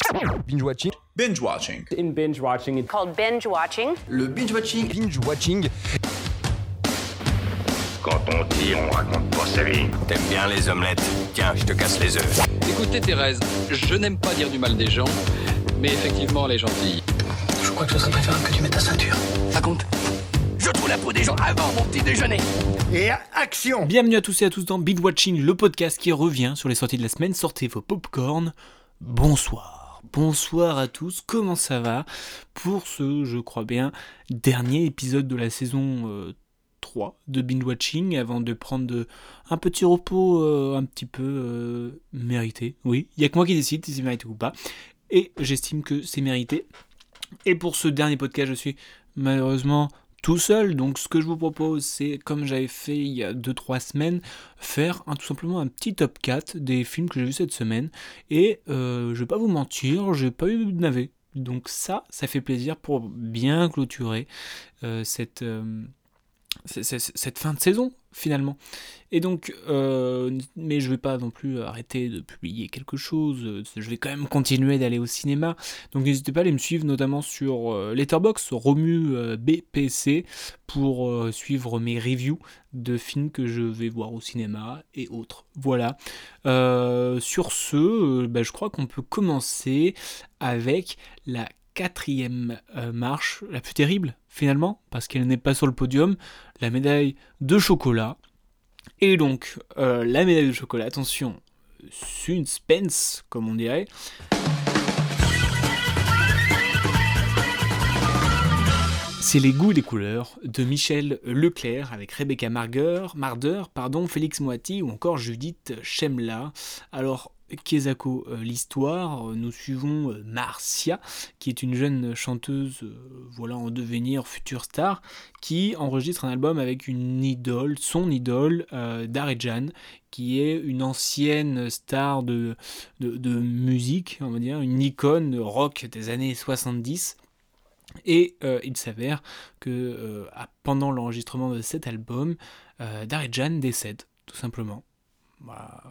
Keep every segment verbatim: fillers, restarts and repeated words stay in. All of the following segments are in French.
Binge watching. Binge watching. In binge watching, it's called binge watching. Le binge watching. Binge watching. Quand on tire, on raconte pas sa vie. T'aimes bien les omelettes? Tiens, je te casse les œufs. Écoutez Thérèse, je n'aime pas dire du mal des gens, mais effectivement elle est gentille. Je crois que ce serait préférable que tu mettes ta ceinture. Ça compte. Je trouve la peau des gens avant mon petit déjeuner. Et action! Bienvenue à tous et à tous dans Binge Watching, le podcast qui revient sur les sorties de la semaine. Sortez vos popcorn. Bonsoir. Bonsoir à tous, comment ça va? Pour ce, je crois bien, dernier épisode de la saison euh, trois de Binge Watching, avant de prendre de, un petit repos euh, un petit peu euh, mérité. Oui, il n'y a que moi qui décide si c'est mérité ou pas. Et j'estime que c'est mérité. Et pour ce dernier podcast, je suis malheureusement tout seul, donc ce que je vous propose, c'est, comme j'avais fait il y a deux trois semaines, faire un, tout simplement un petit top quatre des films que j'ai vus cette semaine, et euh, je vais pas vous mentir, j'ai pas eu de navet, donc ça, ça fait plaisir pour bien clôturer euh, cette, euh, c- c- cette fin de saison, finalement. Et donc, euh, mais je vais pas non plus arrêter de publier quelque chose, je vais quand même continuer d'aller au cinéma, donc n'hésitez pas à aller me suivre notamment sur euh, Letterboxd, Romu euh, B P C, pour euh, suivre mes reviews de films que je vais voir au cinéma et autres. Voilà. Euh, sur ce, euh, bah, je crois qu'on peut commencer avec la quatrième euh, marche, la plus terrible finalement, parce qu'elle n'est pas sur le podium, la médaille de chocolat. Et donc, euh, la médaille de chocolat, attention, suspense, comme on dirait. C'est Les goûts et les couleurs de Michel Leclerc avec Rebecca Marder, Marder pardon, Félix Moati ou encore Judith Chemla. Alors, Kezako, euh, l'histoire, nous suivons euh, Marcia, qui est une jeune chanteuse euh, voilà, en devenir future star, qui enregistre un album avec une idole, son idole, euh, Darejan, qui est une ancienne star de, de, de musique, on va dire, une icône rock des années soixante-dix. Et euh, il s'avère que euh, pendant l'enregistrement de cet album, euh, Darejan décède, tout simplement. Voilà.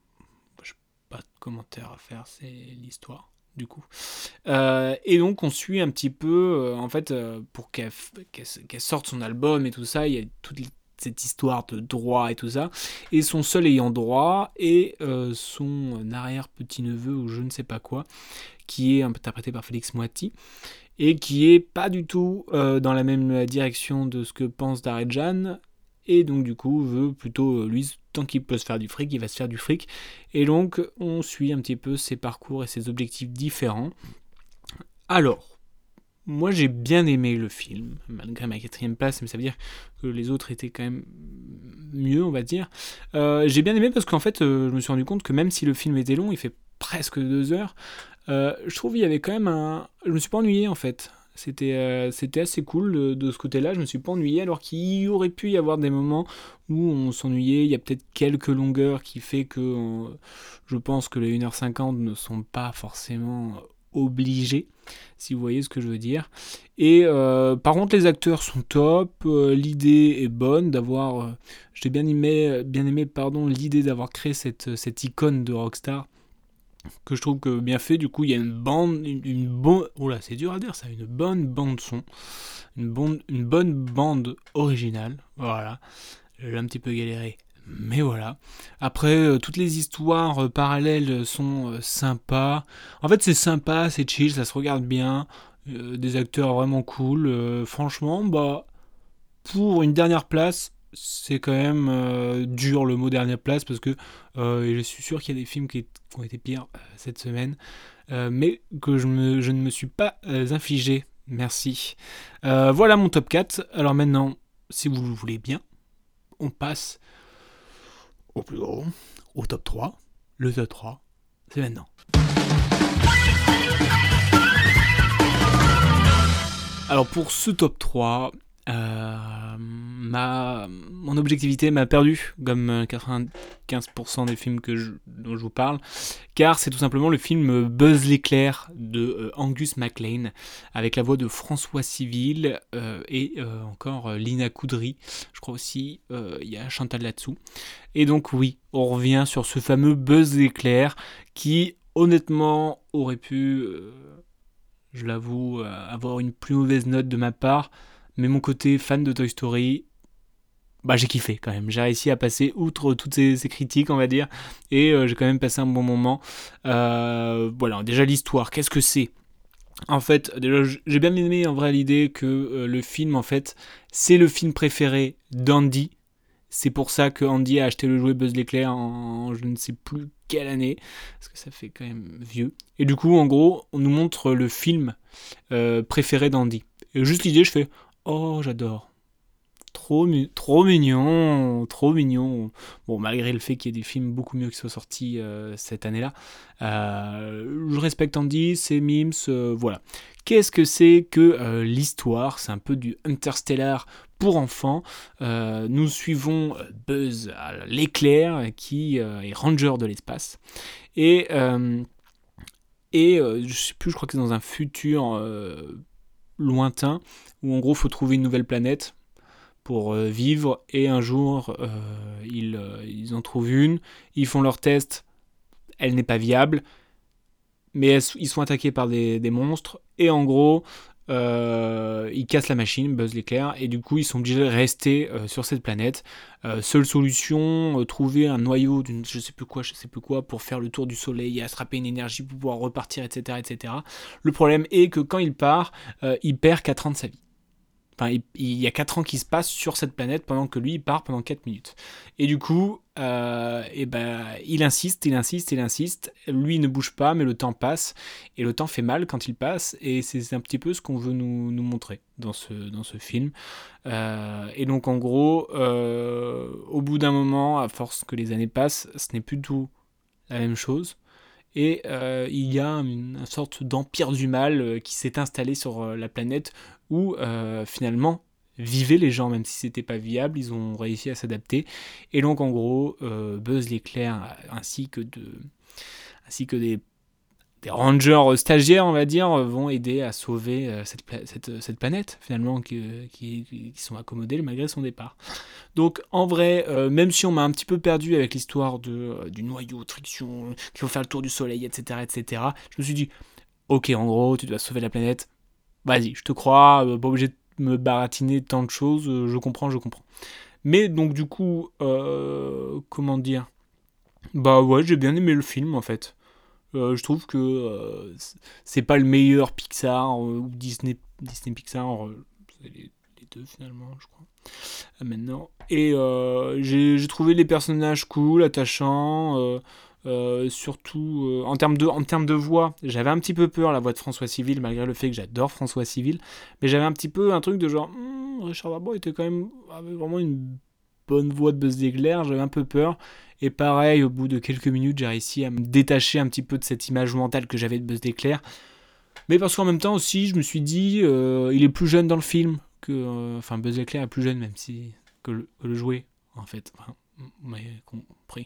Pas de commentaires à faire, c'est l'histoire du coup. Euh, et donc on suit un petit peu, euh, en fait, euh, pour qu'elle, qu'elle, qu'elle sorte son album et tout ça, il y a toute cette histoire de droit et tout ça, et son seul ayant droit est euh, son arrière-petit-neveu ou je ne sais pas quoi, qui est interprété par Félix Moati, et qui est pas du tout euh, dans la même direction de ce que pense Darejan, et donc du coup veut plutôt, lui, tant qu'il peut se faire du fric, il va se faire du fric, et donc on suit un petit peu ses parcours et ses objectifs différents. Alors, moi j'ai bien aimé le film, malgré ma quatrième place, mais ça veut dire que les autres étaient quand même mieux, on va dire. Euh, j'ai bien aimé parce qu'en fait, euh, je me suis rendu compte que même si le film était long, il fait presque deux heures, euh, je trouve qu'il y avait quand même un... Je me suis pas ennuyé en fait. C'était, euh, c'était assez cool de, de ce côté-là, je me suis pas ennuyé, alors qu'il aurait pu y avoir des moments où on s'ennuyait, il y a peut-être quelques longueurs qui fait que euh, je pense que les une heure cinquante ne sont pas forcément obligés, si vous voyez ce que je veux dire. Et euh, par contre les acteurs sont top, euh, l'idée est bonne d'avoir, euh, j'ai bien aimé, bien aimé pardon, l'idée d'avoir créé cette, cette icône de rockstar, que je trouve que bien fait. Du coup il y a une bande, une, une bonne, oh là c'est dur à dire ça, une bonne bande son, une bonne, une bonne bande originale, voilà, j'ai un petit peu galéré, mais voilà. Après euh, toutes les histoires euh, parallèles sont euh, sympas, en fait c'est sympa, c'est chill, ça se regarde bien, euh, des acteurs vraiment cool, euh, franchement bah pour une dernière place, c'est quand même euh, dur le mot dernière place, parce que euh, je suis sûr qu'il y a des films qui, qui ont été pires euh, cette semaine, euh, mais que je, me, je ne me suis pas euh, infligé, merci. Euh, voilà mon top quatre, alors maintenant, si vous le voulez bien, on passe au plus gros, au top trois, le top trois, c'est maintenant. Alors pour ce top trois, Euh, ma, mon objectivité m'a perdu, comme quatre-vingt-quinze pour cent des films que je, dont je vous parle, car c'est tout simplement le film Buzz l'éclair de euh, Angus MacLane, avec la voix de François Civil euh, et euh, encore euh, Lina Coudry, je crois aussi, il euh, y a Chantal là-dessous. Et donc oui, on revient sur ce fameux Buzz l'éclair qui, honnêtement, aurait pu, euh, je l'avoue, euh, avoir une plus mauvaise note de ma part, mais mon côté fan de Toy Story, bah j'ai kiffé quand même. J'ai réussi à passer outre toutes ces, ces critiques, on va dire, et euh, j'ai quand même passé un bon moment. Euh, voilà, déjà l'histoire, qu'est-ce que c'est ? En fait, déjà, j'ai bien aimé en vrai l'idée que euh, le film, en fait, c'est le film préféré d'Andy. C'est pour ça que Andy a acheté le jouet Buzz l'éclair en je ne sais plus quelle année, parce que ça fait quand même vieux. Et du coup, en gros, on nous montre le film euh, préféré d'Andy. Et juste l'idée, je fais « Oh, j'adore ». Trop, mu- trop mignon, trop mignon. Bon, malgré le fait qu'il y ait des films beaucoup mieux qui soient sortis euh, cette année-là, euh, je respecte Andy, ses memes, euh, voilà. Qu'est-ce que c'est que euh, l'histoire ? C'est un peu du Interstellar pour enfants. Euh, nous suivons Buzz à l'éclair, qui euh, est ranger de l'espace. Et, euh, et euh, je sais plus, je crois que c'est dans un futur euh, lointain, où en gros, il faut trouver une nouvelle planète pour euh, vivre, et un jour euh, ils, euh, ils en trouvent une, ils font leur test, elle n'est pas viable, mais elles, ils sont attaqués par des, des monstres, et en gros euh, ils cassent la machine, Buzz l'éclair, et du coup ils sont obligés de rester euh, sur cette planète. Euh, seule solution, euh, trouver un noyau d'une je sais plus quoi, je sais plus quoi, pour faire le tour du soleil, et attraper une énergie pour pouvoir repartir, etc., etc. Le problème est que quand il part, euh, il perd quatre ans de sa vie. Enfin, il, il y a quatre ans qui se passent sur cette planète pendant que lui il part pendant quatre minutes. Et du coup, euh, et ben, il insiste, il insiste, il insiste. Lui ne bouge pas, mais le temps passe. Et le temps fait mal quand il passe. Et c'est un petit peu ce qu'on veut nous, nous montrer dans ce, dans ce film. Euh, et donc, en gros, euh, au bout d'un moment, à force que les années passent, ce n'est plus du tout la même chose. Et euh, il y a une, une sorte d'empire du mal euh, qui s'est installé sur euh, la planète où euh, finalement vivaient les gens, même si c'était pas viable, ils ont réussi à s'adapter. Et donc en gros, euh, Buzz l'éclair ainsi que, de, ainsi que des, des rangers stagiaires, on va dire, vont aider à sauver euh, cette, pla- cette, cette planète finalement qui, qui, qui sont accommodés malgré son départ. Donc en vrai, euh, même si on m'a un petit peu perdu avec l'histoire de, euh, du noyau, de friction, qu'il faut faire le tour du soleil, et cetera, et cetera, je me suis dit, ok, en gros, tu dois sauver la planète, vas-y, je te crois, euh, pas obligé de me baratiner tant de choses, euh, je comprends, je comprends. Mais donc du coup, euh, comment dire, bah ouais, j'ai bien aimé le film en fait. Euh, je trouve que euh, c'est pas le meilleur Pixar euh, ou Disney, Disney Pixar, euh, c'est les, les deux finalement, je crois. Euh, maintenant. Et euh, j'ai, j'ai trouvé les personnages cool, attachants, euh, euh, surtout euh, en termes de, en termes de voix. J'avais un petit peu peur la voix de François Civil, malgré le fait que j'adore François Civil, mais j'avais un petit peu un truc de genre, hm, Richard Darbois était quand même avait vraiment une bonne voix de Buzz l'éclair, j'avais un peu peur. Et pareil, au bout de quelques minutes, j'ai réussi à me détacher un petit peu de cette image mentale que j'avais de Buzz l'éclair. Mais parce qu'en même temps aussi, je me suis dit, euh, il est plus jeune dans le film. Que, euh, enfin, Buzz l'éclair est plus jeune, même si que le, que le jouet, en fait. Enfin, vous m'avez compris.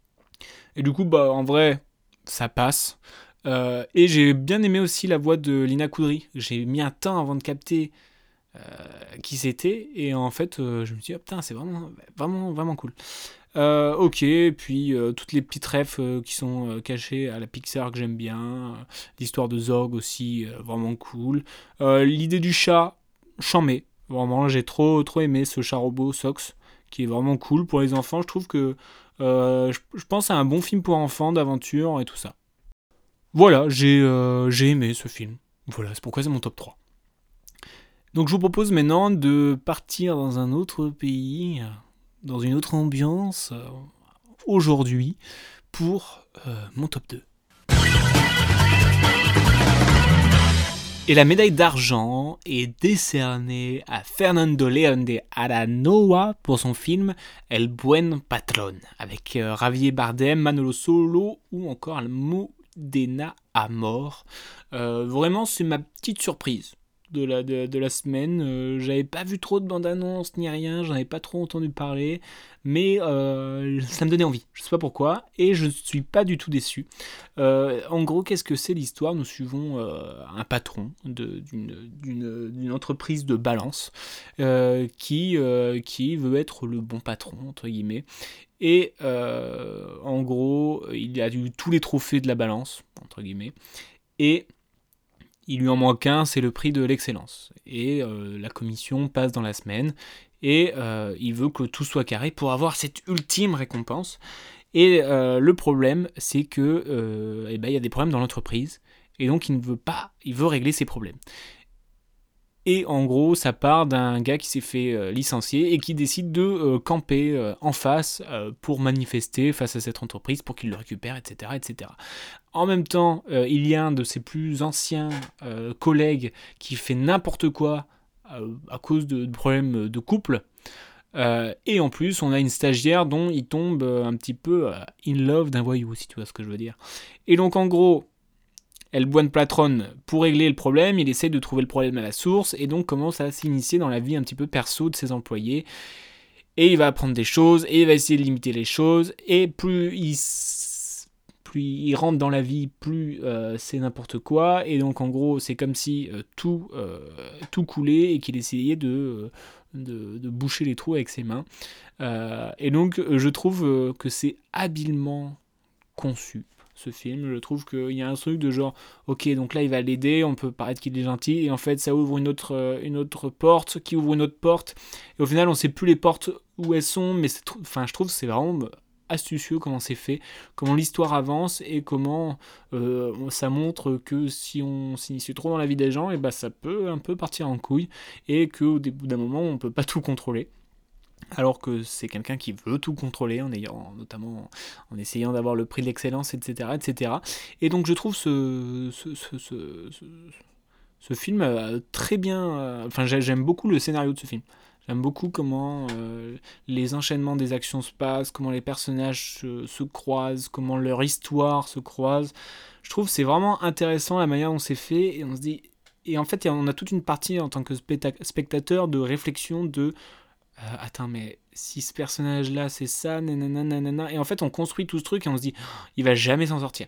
Et du coup, bah, en vrai, ça passe. Euh, et j'ai bien aimé aussi la voix de Lina Koudry. J'ai mis un temps avant de capter euh, qui c'était. Et en fait, euh, je me suis dit, oh, putain, c'est vraiment, vraiment, vraiment cool. Euh, ok, puis euh, toutes les petites refs euh, qui sont euh, cachées à la Pixar que j'aime bien, euh, l'histoire de Zorg aussi, euh, vraiment cool. Euh, l'idée du chat, chambé, vraiment, j'ai trop trop aimé ce chat robot Sox, qui est vraiment cool pour les enfants. Je trouve que euh, je, je pense à un bon film pour enfants, d'aventure et tout ça. Voilà, j'ai, euh, j'ai aimé ce film. Voilà, c'est pourquoi c'est mon top trois. Donc je vous propose maintenant de partir dans un autre pays, dans une autre ambiance, euh, aujourd'hui, pour euh, mon top deux. Et la médaille d'argent est décernée à Fernando León de Aranoa pour son film El Buen Patrón, avec euh, Javier Bardem, Manolo Solo ou encore Almudena Amor. Euh, vraiment, c'est ma petite surprise de la, de, de la semaine. Euh, j'avais pas vu trop de bande-annonce ni rien, j'en avais pas trop entendu parler, mais euh, ça me donnait envie, je sais pas pourquoi, et je suis pas du tout déçu. Euh, en gros, qu'est-ce que c'est l'histoire ? Nous suivons euh, un patron de, d'une, d'une, d'une entreprise de balance euh, qui, euh, qui veut être le bon patron, entre guillemets, et euh, en gros, il a eu tous les trophées de la balance, entre guillemets, et il lui en manque un, c'est le prix de l'excellence. Et euh, la commission passe dans la semaine, et euh, il veut que tout soit carré pour avoir cette ultime récompense. Et euh, le problème, c'est que euh, eh ben, y a des problèmes dans l'entreprise, et donc il ne veut pas, il veut régler ces problèmes. Et en gros, ça part d'un gars qui s'est fait euh, licencier et qui décide de euh, camper euh, en face euh, pour manifester face à cette entreprise pour qu'il le récupère, et cetera, et cetera. En même temps, euh, il y a un de ses plus anciens euh, collègues qui fait n'importe quoi euh, à cause de, de problèmes de couple. Euh, et en plus, on a une stagiaire dont il tombe euh, un petit peu euh, in love d'un voyou, si tu vois ce que je veux dire. Et donc, en gros, El Buen Patron, pour régler le problème, il essaie de trouver le problème à la source et donc commence à s'initier dans la vie un petit peu perso de ses employés. Et il va apprendre des choses et il va essayer de limiter les choses. Et plus il, plus il rentre dans la vie, plus euh, c'est n'importe quoi. Et donc en gros, c'est comme si euh, tout, euh, tout coulait et qu'il essayait de, de, de boucher les trous avec ses mains. Euh, et donc je trouve que c'est habilement conçu. Ce film, je trouve qu'il y a un truc de genre, ok, donc là il va l'aider, on peut paraître qu'il est gentil, et en fait ça ouvre une autre, une autre porte, qui ouvre une autre porte, et au final on sait plus les portes où elles sont, mais c'est, enfin, je trouve que c'est vraiment astucieux comment c'est fait, comment l'histoire avance, et comment euh, ça montre que si on s'initie trop dans la vie des gens, et ben ça peut un peu partir en couille, et qu'au bout d'un moment on peut pas tout contrôler. Alors que c'est quelqu'un qui veut tout contrôler, en ayant, notamment en essayant d'avoir le prix de l'excellence, et cetera, et cetera. Et donc je trouve ce, ce, ce, ce, ce, ce film euh, très bien... Euh, enfin, j'aime beaucoup le scénario de ce film. J'aime beaucoup comment euh, les enchaînements des actions se passent, comment les personnages se, se croisent, comment leur histoire se croise. Je trouve que c'est vraiment intéressant la manière dont c'est fait, et on se dit... Et en fait, on a toute une partie en tant que spectateur de réflexion de... Euh, attends, mais si ce personnage-là, c'est ça, nanana, nanana... Et en fait, on construit tout ce truc et on se dit, oh, il va jamais s'en sortir.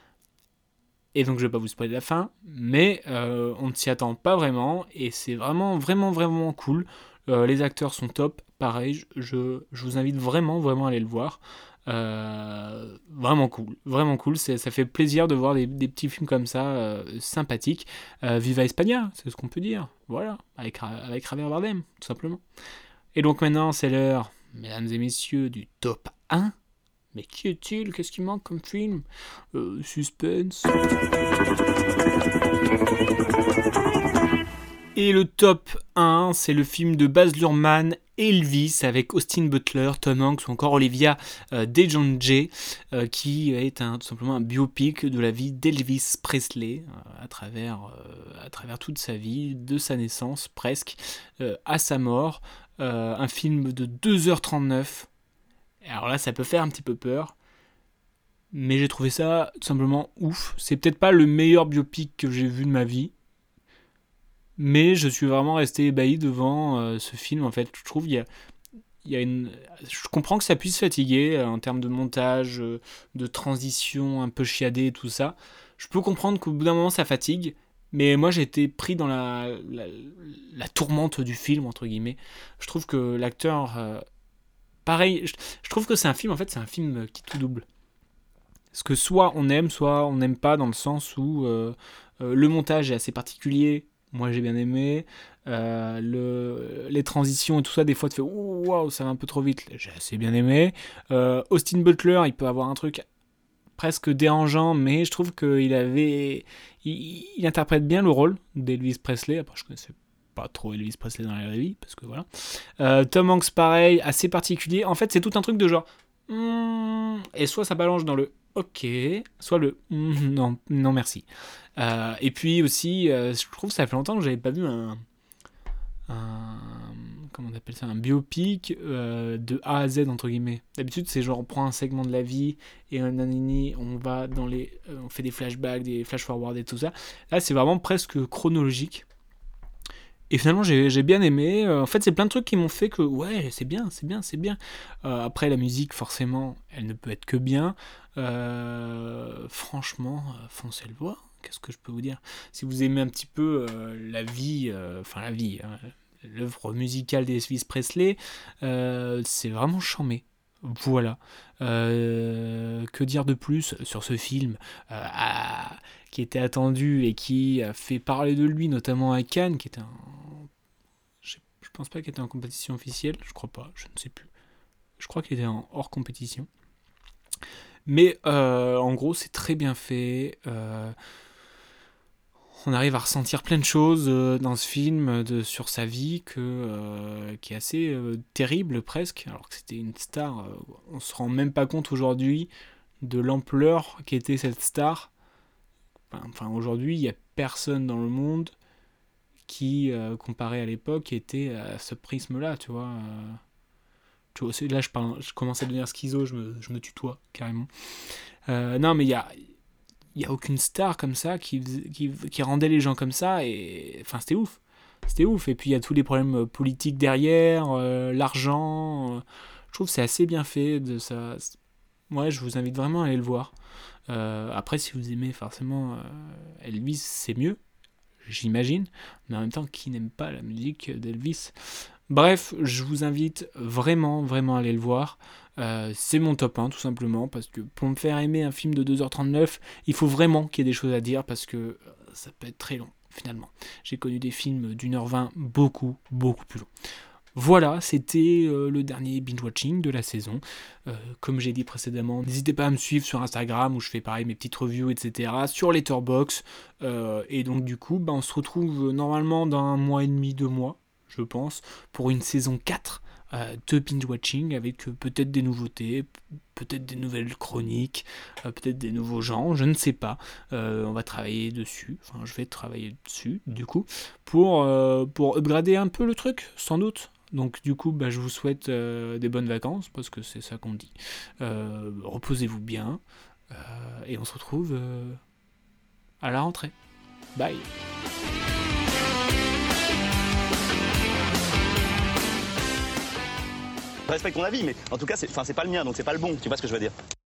Et donc, je vais pas vous spoiler la fin, mais euh, on ne s'y attend pas vraiment, et c'est vraiment, vraiment, vraiment cool. Euh, les acteurs sont top, pareil, je, je vous invite vraiment, vraiment à aller le voir. Euh, vraiment cool, vraiment cool, c'est, ça fait plaisir de voir des, des petits films comme ça, euh, sympathiques. Euh, Viva España, c'est ce qu'on peut dire, voilà, avec, avec Javier Bardem, tout simplement. Et donc maintenant, c'est l'heure, mesdames et messieurs, du top un. Mais qui est-il ? Qu'est-ce qui manque comme film ? euh, Suspense. Et le top un, c'est le film de Baz Luhrmann, Elvis, avec Austin Butler, Tom Hanks ou encore Olivia euh, Dejonge, euh, qui est un, tout simplement un biopic de la vie d'Elvis Presley, euh, à, travers, euh, à travers toute sa vie, de sa naissance presque, euh, à sa mort. Euh, un film de deux heures trente-neuf. Alors là, ça peut faire un petit peu peur, mais j'ai trouvé ça tout simplement ouf. C'est peut-être pas le meilleur biopic que j'ai vu de ma vie, mais je suis vraiment resté ébahi devant euh, ce film. En fait, je trouve il y a, il y a une... Je comprends que ça puisse fatiguer euh, en termes de montage, euh, de transition un peu chiadée, tout ça. Je peux comprendre qu'au bout d'un moment, ça fatigue, mais moi, j'ai été pris dans la, la, la tourmente du film, entre guillemets. Je trouve que l'acteur... Euh, pareil, je, je trouve que c'est un film, en fait, c'est un film qui tout double. Parce que soit on aime, soit on n'aime pas, dans le sens où euh, euh, le montage est assez particulier. Moi, j'ai bien aimé. Euh, le, les transitions et tout ça, des fois, tu fais « Waouh, ça va un peu trop vite ». J'ai assez bien aimé. Euh, Austin Butler, il peut avoir un truc presque dérangeant, mais je trouve qu'il avait... Il, il interprète bien le rôle d'Elvis Presley. Après, je connaissais pas trop Elvis Presley dans la vraie vie, parce que voilà. Euh, Tom Hanks, pareil, assez particulier. En fait, c'est tout un truc de genre... Hmm, et soit ça balance dans le ok, soit le hmm, non, non merci. Euh, et puis aussi, euh, je trouve que ça fait longtemps que j'avais pas vu un, un comment on appelle ça, un biopic euh, de A à Z, entre guillemets. D'habitude, c'est genre on prend un segment de la vie et un nanini, on va dans les, euh, on fait des flashbacks, des flash forward et tout ça. Là, c'est vraiment presque chronologique. Et finalement, j'ai, j'ai bien aimé. Euh, en fait, c'est plein de trucs qui m'ont fait que, ouais, c'est bien, c'est bien, c'est bien. Euh, après, la musique, forcément, elle ne peut être que bien. Euh, franchement, euh, foncez le voir. Qu'est-ce que je peux vous dire ? Si vous aimez un petit peu euh, la vie, enfin euh, la vie, hein, l'œuvre musicale d'Elvis Presley, euh, c'est vraiment charmé. Voilà. Euh, que dire de plus sur ce film euh, à, qui était attendu et qui a fait parler de lui, notamment à Cannes, qui était un... Je, je pense pas qu'il était en compétition officielle, je crois pas, je ne sais plus. Je crois qu'il était en hors compétition. Mais euh, en gros, c'est très bien fait. Euh, on arrive à ressentir plein de choses euh, dans ce film de, sur sa vie que, euh, qui est assez euh, terrible presque, alors que c'était une star. Euh, on se rend même pas compte aujourd'hui de l'ampleur qu'était cette star. Enfin, aujourd'hui, il n'y a personne dans le monde qui, euh, comparé à l'époque, était à ce prisme-là, tu vois. Euh, tu vois là, je, parle, je commence à devenir schizo, je me, je me tutoie, carrément. Euh, non, mais il y a... Il n'y a aucune star comme ça qui, qui, qui rendait les gens comme ça. Et enfin, c'était ouf. C'était ouf. Et puis, il y a tous les problèmes politiques derrière, euh, l'argent. Euh, je trouve que c'est assez bien fait. De ça. Ouais, je vous invite vraiment à aller le voir. Euh, après, si vous aimez forcément euh, Elvis, c'est mieux, j'imagine. Mais en même temps, qui n'aime pas la musique d'Elvis ? Bref, je vous invite vraiment, vraiment à aller le voir. Euh, c'est mon top un, tout simplement, parce que pour me faire aimer un film de deux heures trente-neuf, il faut vraiment qu'il y ait des choses à dire, parce que ça peut être très long, finalement. J'ai connu des films d'une heure vingt beaucoup, beaucoup plus longs. Voilà, c'était euh, le dernier binge-watching de la saison. Euh, comme j'ai dit précédemment, n'hésitez pas à me suivre sur Instagram, où je fais pareil mes petites reviews, et cetera, sur Letterboxd. Euh, et donc du coup, bah, on se retrouve normalement dans un mois et demi, deux mois, je pense, pour une saison quatre euh, de binge-watching, avec euh, peut-être des nouveautés, peut-être des nouvelles chroniques, euh, peut-être des nouveaux genres, je ne sais pas. Euh, on va travailler dessus, enfin je vais travailler dessus, du coup, pour, euh, pour upgrader un peu le truc, sans doute. Donc du coup, bah, je vous souhaite euh, des bonnes vacances, parce que c'est ça qu'on dit. Euh, reposez-vous bien, euh, et on se retrouve euh, à la rentrée. Bye. Je respecte ton avis, mais en tout cas, c'est, enfin, c'est pas le mien, donc c'est pas le bon, tu vois ce que je veux dire.